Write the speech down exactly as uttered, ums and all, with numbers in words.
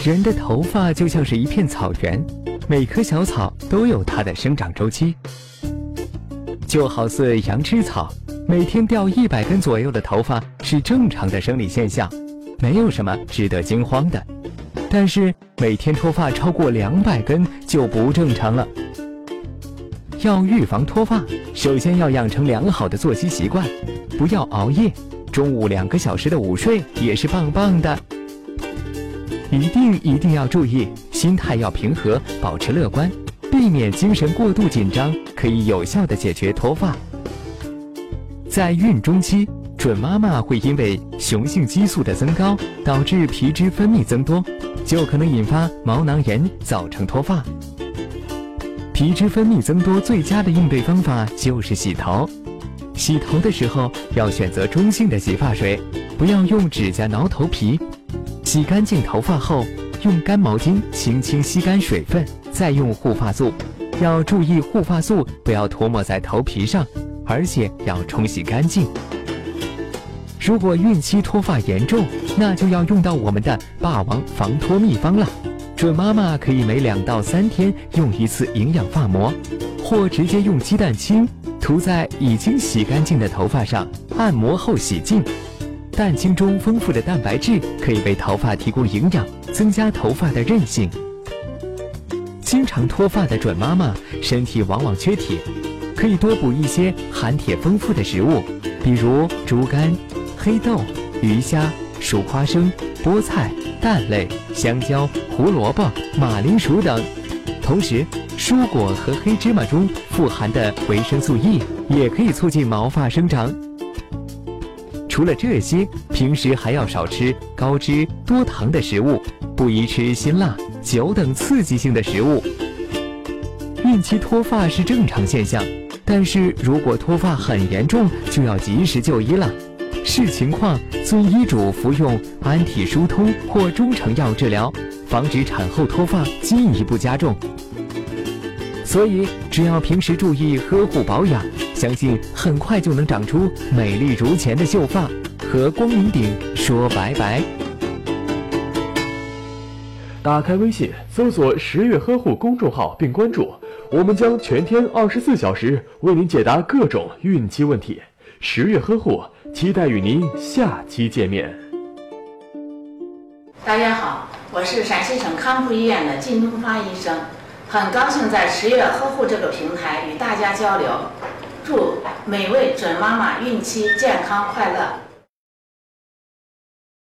人的头发就像是一片草原，每棵小草都有它的生长周期。就好似羊吃草，每天掉一百根左右的头发是正常的生理现象，没有什么值得惊慌的。但是每天脱发超过两百根就不正常了。要预防脱发，首先要养成良好的作息习惯，不要熬夜，中午两个小时的午睡也是棒棒的。一定一定要注意，心态要平和，保持乐观，避免精神过度紧张，可以有效地解决脱发。在孕中期，准妈妈会因为雄性激素的增高，导致皮脂分泌增多，就可能引发毛囊炎，造成脱发。皮脂分泌增多最佳的应对方法就是洗头。洗头的时候要选择中性的洗发水，不要用指甲挠头皮。洗干净头发后，用干毛巾轻轻吸干水分，再用护发素。要注意护发素不要涂抹在头皮上，而且要冲洗干净。如果孕期脱发严重，那就要用到我们的霸王防脱秘方了。准妈妈可以每两到三天用一次营养发膜，或直接用鸡蛋清涂在已经洗干净的头发上，按摩后洗净。蛋清中丰富的蛋白质可以为头发提供营养，增加头发的韧性。经常脱发的准妈妈身体往往缺铁，可以多补一些含铁丰富的食物，比如猪肝、黑豆、鱼虾、熟花生、菠菜、蛋类、香蕉、胡萝卜、马铃薯等。同时，蔬果和黑芝麻中富含的维生素 E 也可以促进毛发生长。除了这些，平时还要少吃高脂多糖的食物，不宜吃辛辣、酒等刺激性的食物。孕期脱发是正常现象，但是如果脱发很严重，就要及时就医了。视情况遵医嘱服用安体疏通或中成药治疗，防止产后脱发进一步加重。所以只要平时注意呵护保养，相信很快就能长出美丽如前的秀发，和光明顶说拜拜。 打开微信，搜索十月呵护公众号并关注，我们将全天二十四小时为您解答各种孕期问题。十月呵护，期待与您下期见面。 大家好，我是陕西省康复医院的靳东发医生，很高兴在十月呵护这个平台与大家交流。祝每位准妈妈孕期健康快乐。